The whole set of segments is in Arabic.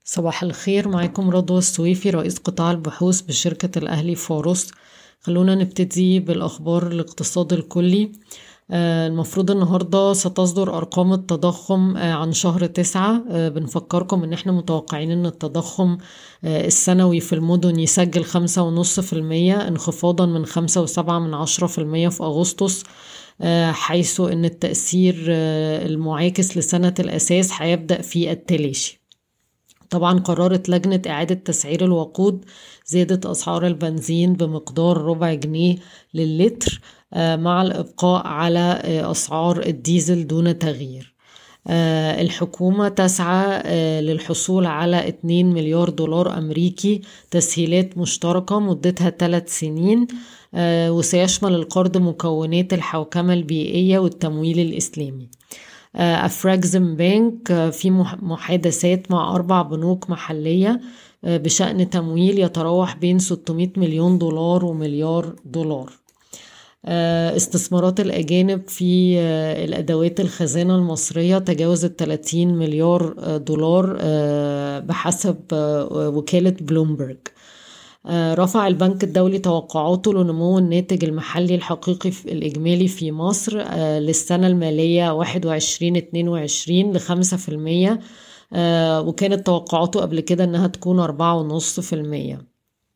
صباح الخير، معاكم رضوى السويفي رئيس قطاع البحوث بشركة الأهلي فورس. خلونا نبتدي بالأخبار الاقتصاد الكلي. المفروض النهاردة ستصدر أرقام التضخم عن شهر 9. بنفكركم إن احنا متوقعين إن التضخم السنوي في المدن يسجل 5.5%، انخفاضا من 5.7% في أغسطس، حيث إن التأثير المعاكس لسنة الأساس هيبدأ في التلاشي. طبعا قررت لجنة إعادة تسعير الوقود زيادة أسعار البنزين بمقدار ربع جنيه للتر، مع الإبقاء على أسعار الديزل دون تغيير. الحكومة تسعى للحصول على 2 مليار دولار أمريكي تسهيلات مشتركة مدتها 3 سنين، وسيشمل القرض مكونات الحوكمة البيئية والتمويل الإسلامي. أفراكزم بانك في محادثات مع 4 بنوك محلية بشأن تمويل يتراوح بين 600 مليون دولار ومليار دولار. استثمارات الأجانب في الأدوات الخزانة المصرية تجاوزت 30 مليار دولار بحسب وكالة بلومبرج. رفع البنك الدولي توقعاته لنمو الناتج المحلي الحقيقي الإجمالي في مصر للسنة المالية 21-22 ل5%، وكانت توقعاته قبل كده أنها تكون 4.5%.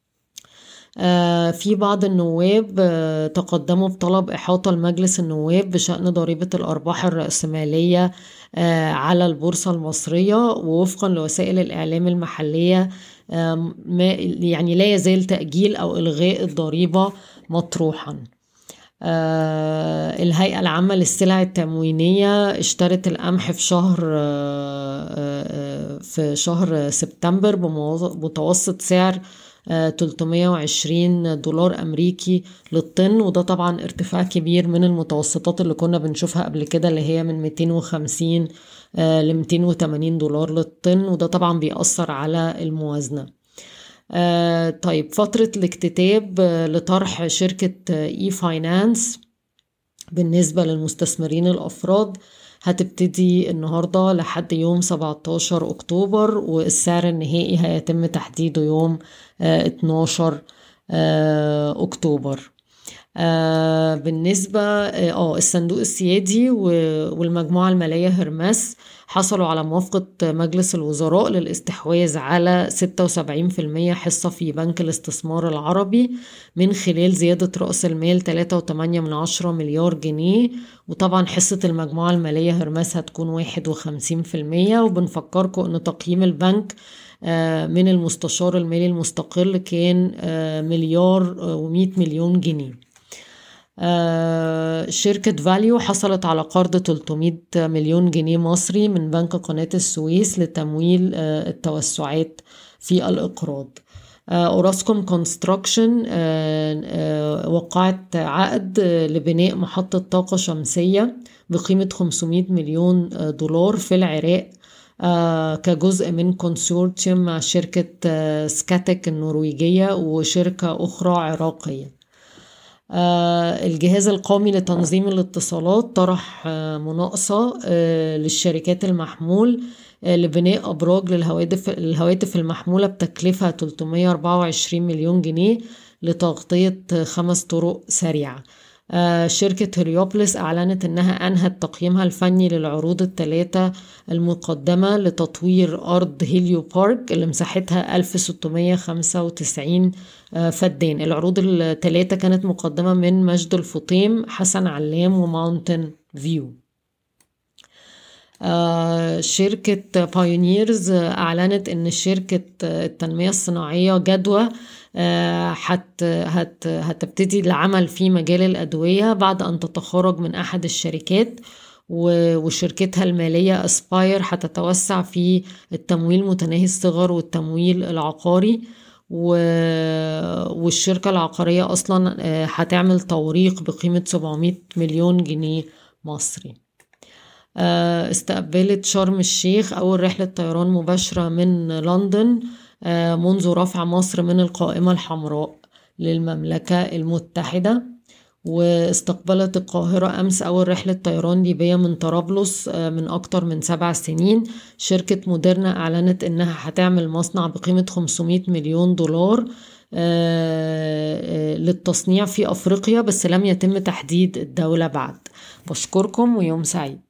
في بعض النواب تقدموا بطلب إحاطة لمجلس النواب بشأن ضريبة الأرباح الرأسمالية على البورصة المصرية، ووفقا لوسائل الإعلام المحلية يعني لا يزال تأجيل أو إلغاء الضريبة مطروحا. الهيئة العامة للسلع التموينية اشترت القمح في شهر سبتمبر بمتوسط سعر 320 دولار أمريكي للطن، وده طبعا ارتفاع كبير من المتوسطات اللي كنا بنشوفها قبل كده، اللي هي من 250 ل 280 دولار للطن، وده طبعا بيأثر على الموازنة. طيب، فترة الاكتتاب لطرح شركة اي فاينانس بالنسبة للمستثمرين الأفراد هتبتدي النهاردة لحد يوم 17 أكتوبر، والسعر النهائي هيتم تحديده يوم 12 أكتوبر. بالنسبة الصندوق السيادي والمجموعة المالية هرمس حصلوا على موافقة مجلس الوزراء للاستحواذ على 76% حصة في بنك الاستثمار العربي من خلال زيادة رأس المال 3.8 مليار جنيه، وطبعا حصة المجموعة المالية هرمس هتكون 51%. وبنفكركم ان تقييم البنك من المستشار المالي المستقل كان 1,100,000,000 جنيه. شركة فاليو حصلت على قرض 300 مليون جنيه مصري من بنك قناة السويس لتمويل التوسعات في الإقراض. أوراسكوم كونستراكشن وقعت عقد لبناء محطة طاقة شمسية بقيمة 500 مليون دولار في العراق كجزء من كونسورتيوم مع شركة سكاتك النرويجية وشركة أخرى عراقية. الجهاز القومي لتنظيم الاتصالات طرح مناقصة للشركات المحمول لبناء أبراج للهواتف المحمولة بتكلفة 324 مليون جنيه لتغطية 5 طرق سريعة. شركة هريوبلس أعلنت أنها أنهت تقييمها الفني للعروض الثلاثة المقدمة لتطوير أرض هيليو بارك اللي مساحتها 1695 فدان. العروض الثلاثة كانت مقدمة من مجد الفطيم، حسن علام، وماونتن فيو. شركة بايونيرز أعلنت أن شركة التنمية الصناعية جدوى هتبتدي العمل في مجال الأدوية بعد أن تتخرج من أحد الشركات، وشركتها المالية أسباير هتتوسع في التمويل متناهي الصغر والتمويل العقاري، والشركة العقارية أصلا هتعمل توريق بقيمة 700 مليون جنيه مصري. استقبلت شرم الشيخ أول رحلة طيران مباشرة من لندن منذ رفع مصر من القائمة الحمراء للمملكة المتحدة. واستقبلت القاهرة أمس أول رحلة طيران ليبية من طرابلس من أكتر من 7 سنين. شركة موديرنا أعلنت إنها هتعمل مصنع بقيمة 500 مليون دولار للتصنيع في أفريقيا، بس لم يتم تحديد الدولة بعد. بشكركم ويوم سعيد.